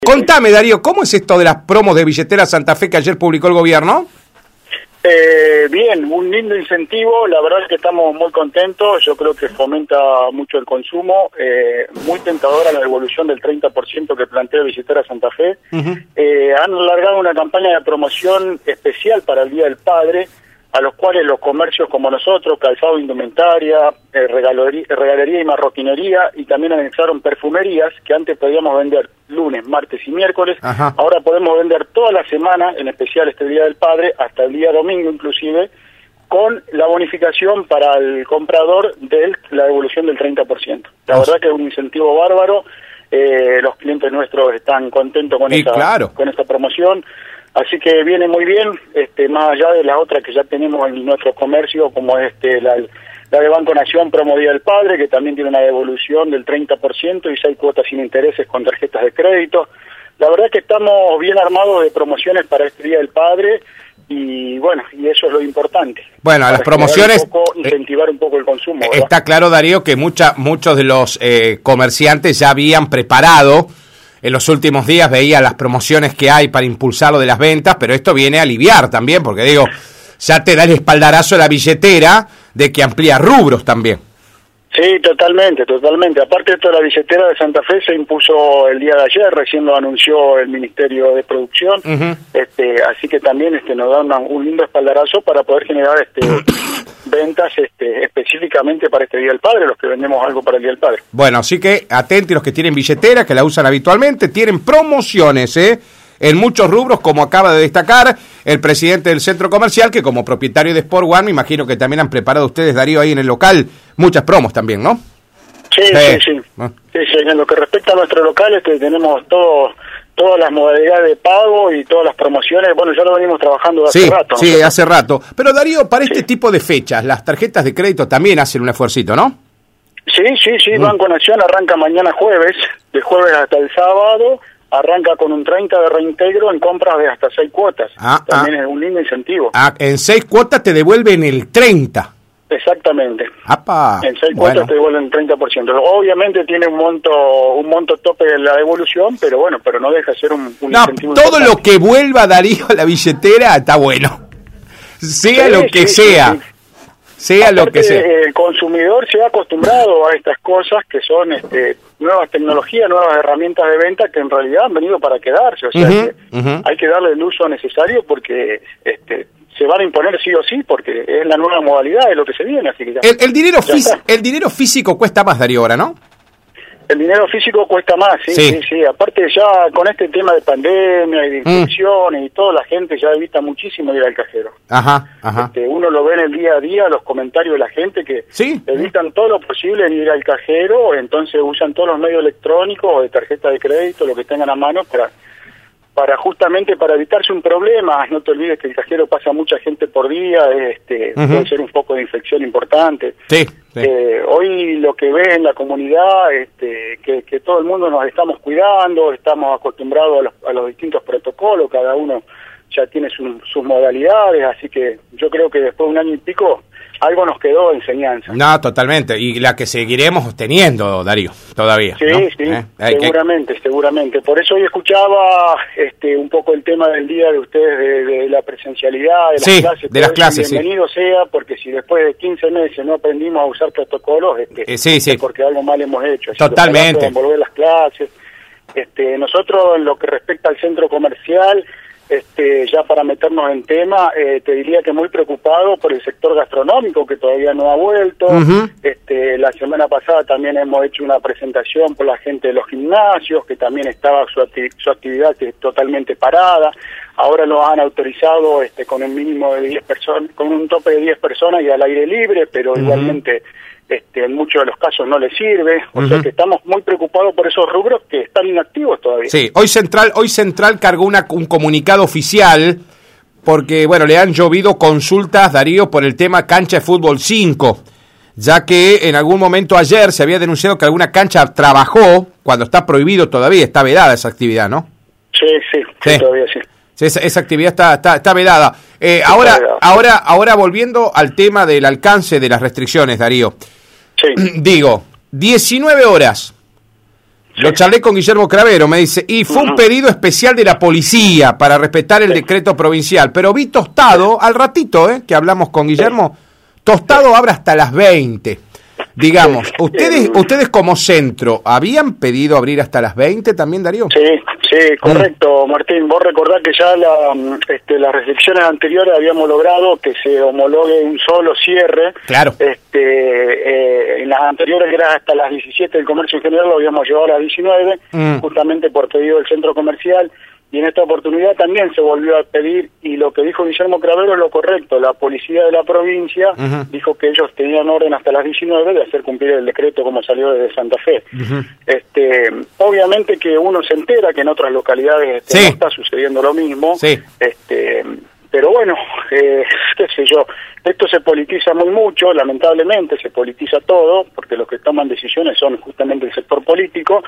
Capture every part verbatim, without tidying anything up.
Contame, Darío, ¿cómo es esto de las promos de Billetera Santa Fe que ayer publicó el gobierno? Eh, bien, un lindo incentivo, la verdad es que estamos muy contentos, yo creo que fomenta mucho el consumo, eh, muy tentadora la devolución del treinta por ciento que plantea Billetera Santa Fe. Uh-huh. eh, han alargado una campaña de promoción especial para el Día del Padre, a los cuales los comercios como nosotros, calzado, indumentaria, eh, regalería, regalería y marroquinería, y también anexaron perfumerías que antes podíamos vender lunes, martes y miércoles. Ajá. Ahora podemos vender toda la semana, en especial este Día del Padre, hasta el día domingo inclusive, con la bonificación para el comprador de la devolución del treinta por ciento. La verdad que es un incentivo bárbaro, eh, los clientes nuestros están contentos con, sí, esta, claro. con esta promoción. Así que viene muy bien, este, más allá de las otras que ya tenemos en nuestro comercio, como este la, la de Banco Nación Promo Día del Padre, que también tiene una devolución del treinta por ciento y seis cuotas sin intereses con tarjetas de crédito. La verdad es que estamos bien armados de promociones para este Día del Padre y bueno, y eso es lo importante. Bueno, a las promociones... Un poco, incentivar eh, un poco el consumo, ¿verdad? Está claro, Darío, que mucha, muchos de los eh, comerciantes ya habían preparado. En los últimos días veía las promociones que hay para impulsar lo de las ventas, pero esto viene a aliviar también, porque digo, ya te da el espaldarazo a la billetera de que amplía rubros también. Sí, totalmente, totalmente. Aparte de esto, la billetera de Santa Fe se impuso el día de ayer, recién lo anunció el Ministerio de Producción, uh-huh. este, así que también este, nos da una, un lindo espaldarazo para poder generar este ventas este, específicamente para este Día del Padre, los que vendemos algo para el Día del Padre. Bueno, así que atentos los que tienen billetera, que la usan habitualmente, tienen promociones, ¿eh? En muchos rubros, como acaba de destacar el presidente del centro comercial, que como propietario de Sport One, me imagino que también han preparado ustedes, Darío, ahí en el local, muchas promos también, ¿no? Sí, sí, sí. sí. ¿Ah? sí, sí. En lo que respecta a nuestro local, este, tenemos todo... todas las modalidades de pago y todas las promociones, bueno, ya lo venimos trabajando hace sí, rato. Sí, ¿no? hace rato. Pero Darío, para sí. este tipo de fechas, las tarjetas de crédito también hacen un esfuercito, ¿no? Sí, sí, sí, mm. Banco Nación arranca mañana jueves, de jueves hasta el sábado, arranca con un treinta de reintegro en compras de hasta seis cuotas. Ah, también ah. es un lindo incentivo. Ah, en seis cuotas te devuelven el treinta. Exactamente. Apa, en seis bueno. cuotas te devuelven el treinta por ciento. Obviamente tiene un monto un monto tope de la devolución, pero bueno, pero no deja de ser un, un no, incentivo todo importante. Lo que vuelva, Darío, a la billetera está bueno. Sea sí, lo que sí, sea. Sí, sí. Sea Aparte, lo que sea. El consumidor se ha acostumbrado a estas cosas que son este, nuevas tecnologías, nuevas herramientas de venta que en realidad han venido para quedarse. O sea, uh-huh, que uh-huh. hay que darle el uso necesario porque este, se van a imponer sí o sí, porque es la nueva modalidad de lo que se viene. Así que ya, el, el, dinero fí- el dinero físico cuesta más, Darío, ahora, ¿no? El dinero físico cuesta más, sí, sí, sí, sí. Aparte ya con este tema de pandemia y de infecciones mm. y todo, la gente ya evita muchísimo ir al cajero. Ajá, ajá. Este, uno lo ve en el día a día, los comentarios de la gente que ¿Sí? evitan todo lo posible en ir al cajero, entonces usan todos los medios electrónicos o de tarjeta de crédito, lo que tengan a mano para para justamente para evitarse un problema. No te olvides que el cajero pasa mucha gente por día, este uh-huh. puede ser un foco de infección importante. Sí, sí. Eh, hoy lo que ves en la comunidad, este, que, que todo el mundo nos estamos cuidando, estamos acostumbrados a los, a los distintos protocolos, cada uno ya tiene su, sus modalidades, así que yo creo que después de un año y pico algo nos quedó de enseñanza. No, totalmente, y la que seguiremos teniendo, Darío, todavía. Sí, ¿no? sí, ¿Eh? seguramente, que... seguramente. Por eso hoy escuchaba este un poco el tema del día de ustedes, de, de la presencialidad, de las sí, clases. de las clases, bienvenido sí. sea, porque si después de quince meses no aprendimos a usar protocolos, este, eh, sí, sí. es porque algo mal hemos hecho. Así totalmente. Que volver las clases. Este, nosotros, en lo que respecta al centro comercial, Este, ya para meternos en tema, eh, te diría que muy preocupado por el sector gastronómico que todavía no ha vuelto. Uh-huh. Este, la semana pasada también hemos hecho una presentación por la gente de los gimnasios, que también estaba su, acti- su actividad totalmente parada. Ahora lo han autorizado este, con un mínimo de diez personas, con un tope de diez personas y al aire libre, pero uh-huh. igualmente este, en muchos de los casos no les sirve. O uh-huh. sea que estamos muy preocupados por esos rubros que están inactivos todavía. Sí, hoy Central, hoy Central cargó una, un comunicado oficial porque, bueno, le han llovido consultas, Darío, por el tema cancha de fútbol cinco, ya que en algún momento ayer se había denunciado que alguna cancha trabajó cuando está prohibido todavía, está vedada esa actividad, ¿no? Sí, sí, sí, sí. todavía sí. sí esa, esa actividad está, está, está vedada. Eh, sí, ahora, está vedada. ahora, ahora volviendo al tema del alcance de las restricciones, Darío. Sí. Digo, diecinueve horas, Lo charlé con Guillermo Cravero, me dice, y fue uh-huh. un pedido especial de la policía para respetar el sí. decreto provincial, pero vi Tostado, al ratito, ¿eh? que hablamos con Guillermo, sí. Tostado sí. abre hasta las veinte. Digamos, sí. ustedes eh, ustedes como centro, ¿habían pedido abrir hasta las veinte también, Darío? Sí, sí, correcto, mm. Martín. Vos recordás que ya la, este, las restricciones anteriores habíamos logrado que se homologue un solo cierre. Claro. Este, eh, en las anteriores, que era hasta las diecisiete, el comercio en general lo habíamos llevado a las diecinueve, mm. justamente por pedido del centro comercial. Y en esta oportunidad también se volvió a pedir, y lo que dijo Guillermo Cravero es lo correcto. La policía de la provincia uh-huh. dijo que ellos tenían orden hasta las diecinueve de hacer cumplir el decreto como salió desde Santa Fe. Uh-huh. Este, obviamente que uno se entera que en otras localidades este, sí. no está sucediendo lo mismo. Sí. Este, pero bueno, eh, qué sé yo, esto se politiza muy mucho, lamentablemente se politiza todo, porque los que toman decisiones son justamente el sector político,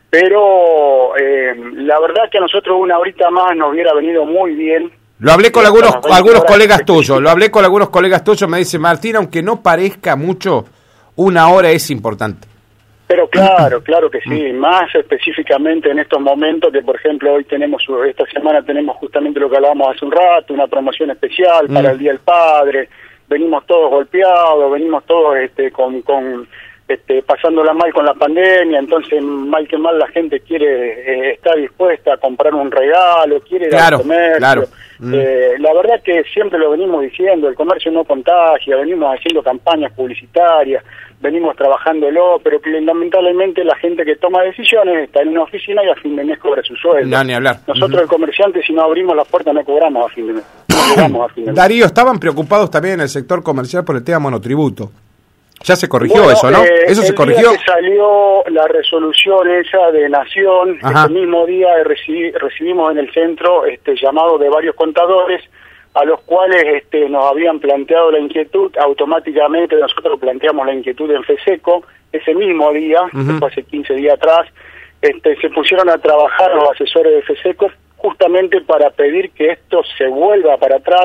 pero eh, la verdad que a nosotros una horita más nos hubiera venido muy bien. Lo hablé con algunos algunos colegas tuyos, lo hablé con algunos colegas tuyos, me dice Martín, aunque no parezca mucho, una hora es importante. Pero claro, claro que sí, más específicamente en estos momentos que, por ejemplo, hoy tenemos, esta semana tenemos justamente lo que hablábamos hace un rato, una promoción especial mm. para el Día del Padre, venimos todos golpeados, venimos todos este, con, con este, pasándola mal con la pandemia, entonces mal que mal la gente quiere, eh, está dispuesta a comprar un regalo, quiere ir claro, al comercio. Claro. Mm. Eh, la verdad que siempre lo venimos diciendo, el comercio no contagia, venimos haciendo campañas publicitarias, venimos trabajándolo, pero que lamentablemente la gente que toma decisiones está en una oficina y a fin de mes cobra su sueldo. No, ni hablar. Nosotros, uh-huh. el comerciante, si no abrimos las puertas no cobramos a fin de mes. No llegamos a fin de mes. Darío, estaban preocupados también en el sector comercial por el tema monotributo. Ya se corrigió bueno, eso, ¿no? Eh, eso se el corrigió. Día que salió la resolución esa de Nación, Ajá. ese mismo día recibí, recibimos en el centro este llamado de varios contadores, a los cuales este, nos habían planteado la inquietud. Automáticamente nosotros planteamos la inquietud en FESECO, ese mismo día, uh-huh. que fue hace quince días atrás, este, se pusieron a trabajar los asesores de FESECO justamente para pedir que esto se vuelva para atrás,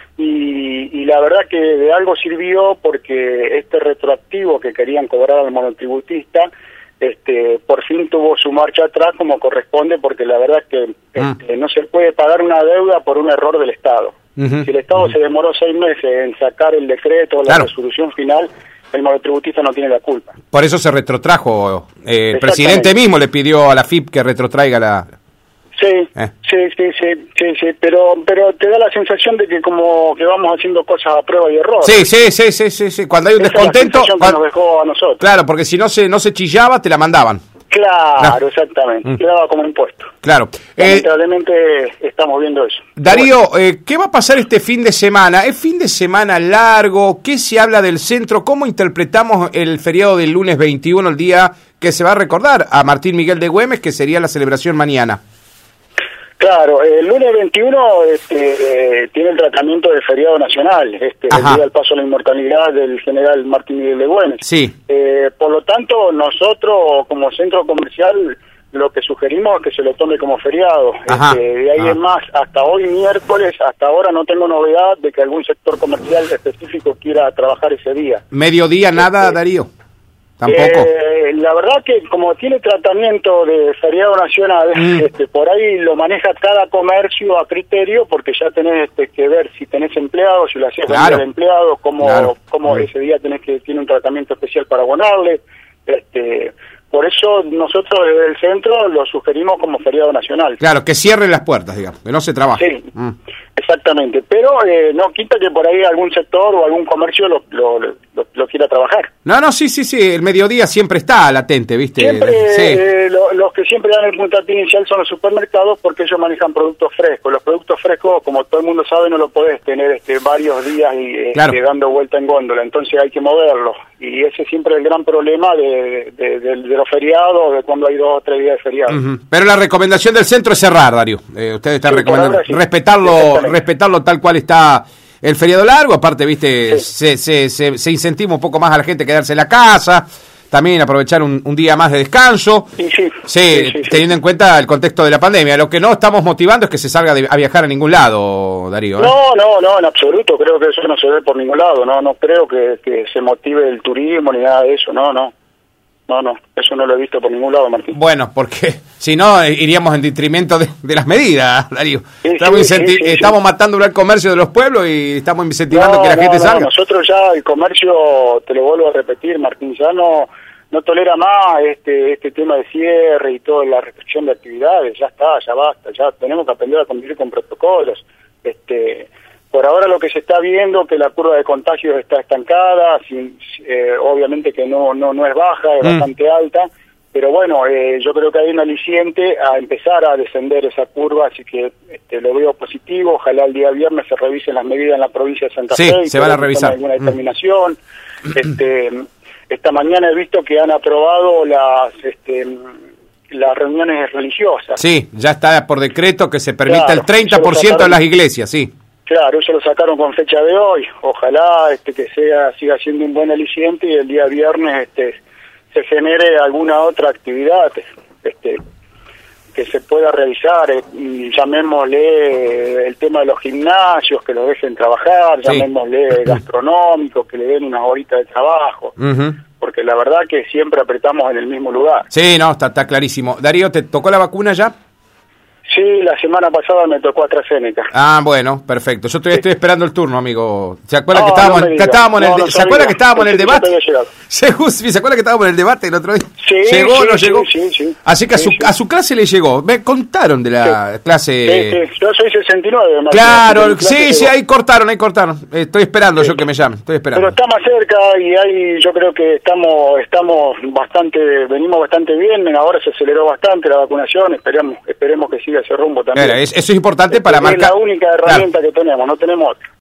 y, y la verdad que de algo sirvió, porque este retroactivo que querían cobrar al monotributista, este, por fin tuvo su marcha atrás como corresponde, porque la verdad que uh-huh. este, no se puede pagar una deuda por un error del Estado. Uh-huh. Si el Estado uh-huh. se demoró seis meses en sacar el decreto o la claro. resolución final, el monotributista no tiene la culpa. Por eso se retrotrajo. Eh, el presidente mismo le pidió a la F I P que retrotraiga la... Sí, eh. sí, sí, sí, sí, sí, pero pero te da la sensación de que como que vamos haciendo cosas a prueba y error. Sí, sí, sí, sí, sí, sí. Cuando hay un Esa descontento... Es la cuando... que nos dejó a nosotros. Claro, porque si no se no se chillaba, te la mandaban. Claro, no. exactamente. Mm. Quedaba como impuesto. Claro. Lamentablemente eh, estamos viendo eso. Darío, bueno. eh, ¿qué va a pasar este fin de semana? ¿Es fin de semana largo? ¿Qué se habla del centro? ¿Cómo interpretamos el feriado del lunes veintiuno, el día que se va a recordar a Martín Miguel de Güemes, que sería la celebración mañana? Claro, el lunes veintiuno este, eh, tiene el tratamiento de feriado nacional, este, el día del paso a la inmortalidad del general Martín Miguel de Güemes. Sí. Eh, por lo tanto, nosotros como centro comercial lo que sugerimos es que se lo tome como feriado. Este, de ahí ah. en más, hasta hoy miércoles, hasta ahora no tengo novedad de que algún sector comercial específico quiera trabajar ese día. ¿Mediodía nada, este, Darío? Tampoco. Eh, la verdad que como tiene tratamiento de feriado nacional, mm. este, por ahí lo maneja cada comercio a criterio, porque ya tenés este, que ver si tenés empleados, si lo hacías claro. venir empleado, cómo, claro. cómo mm. ese día tenés que tiene un tratamiento especial para abonarle. Este, por eso nosotros desde el centro lo sugerimos como feriado nacional. Claro, que cierren las puertas, digamos, que no se trabaje. Sí, mm. exactamente. Pero eh, no quita que por ahí algún sector o algún comercio lo, lo, lo, lo quiera trabajar. No, no, sí, sí, sí, el mediodía siempre está latente, ¿viste? Siempre, sí. eh, lo, los que siempre dan el puntapié inicial son los supermercados, porque ellos manejan productos frescos. Los productos frescos, como todo el mundo sabe, no lo podés tener este, varios días y, eh, claro. eh, dando vuelta en góndola, entonces hay que moverlos. Y ese siempre es el gran problema de, de, de, de los feriados, de cuando hay dos o tres días de feriado. Uh-huh. Pero la recomendación del centro es cerrar, Darío. Eh, ustedes están sí, recomendando sí. respetarlo, respetarlo tal cual está el feriado largo. Aparte, viste, sí. se, se, se, se incentiva un poco más a la gente a quedarse en la casa, también aprovechar un, un día más de descanso. Sí, sí. Sí, sí, sí teniendo sí. en cuenta el contexto de la pandemia. Lo que no estamos motivando es que se salga de, a viajar a ningún lado, Darío. ¿eh? No, no, no, en absoluto. Creo que eso no se ve por ningún lado. No, no creo que, que se motive el turismo ni nada de eso. No, no. no, no, eso no lo he visto por ningún lado, Martín. Bueno, porque si no, eh, iríamos en detrimento de, de las medidas, Darío. Sí, estamos sí, sí, sí, estamos sí. matando el comercio de los pueblos y estamos incentivando no, que la no, gente no, salga. Nosotros ya, el comercio, te lo vuelvo a repetir, Martín, ya no, no tolera más este este tema de cierre y toda la restricción de actividades, ya está, ya basta, ya tenemos que aprender a convivir con protocolos. Este, por ahora lo que se está viendo que la curva de contagios está estancada, sin, eh, obviamente que no no no es baja, es mm. bastante alta, pero bueno, eh, yo creo que hay un aliciente a empezar a descender esa curva, así que este, lo veo positivo. Ojalá el día viernes se revisen las medidas en la provincia de Santa sí, Fe. Se van a revisar. Alguna determinación. Mm. Este, esta mañana he visto que han aprobado las este, las reuniones religiosas. Sí, ya está por decreto que se permita claro, el treinta por ciento de las iglesias, sí. Claro, eso lo sacaron con fecha de hoy. Ojalá este, que sea siga siendo un buen aliciente y el día viernes este, se genere alguna otra actividad este, que se pueda realizar. Eh, llamémosle el tema de los gimnasios, que lo dejen trabajar, sí. llamémosle gastronómicos, que le den unas horitas de trabajo. Uh-huh. Porque la verdad que siempre apretamos en el mismo lugar. Sí, no, está, está clarísimo. Darío, ¿te tocó la vacuna ya? Sí, la semana pasada me tocó AstraZeneca. Ah, bueno, perfecto. Yo estoy, estoy esperando el turno, amigo. ¿Se acuerda no, que estábamos, no que estábamos en el, no, no ¿se acuerda que estábamos en el debate? ¿Se, ¿Se acuerda que estábamos en el debate el otro día? Sí, ¿Llegó o sí, no sí, llegó? Sí, sí, Así que sí, a, su, sí. a su clase le llegó. Me contaron de la sí. clase... Sí, sí. Yo soy sesenta y nueve. Martín. Claro, sí, sí, ahí cortaron, ahí cortaron. Estoy esperando sí. yo que me llamen, estoy esperando. Pero está más cerca y ahí yo creo que estamos estamos bastante, venimos bastante bien. Ahora se aceleró bastante la vacunación. Esperemos, esperemos que siga ese rumbo también. Mira, eso es importante para es marcar. Es la única herramienta claro. que tenemos, no tenemos otra.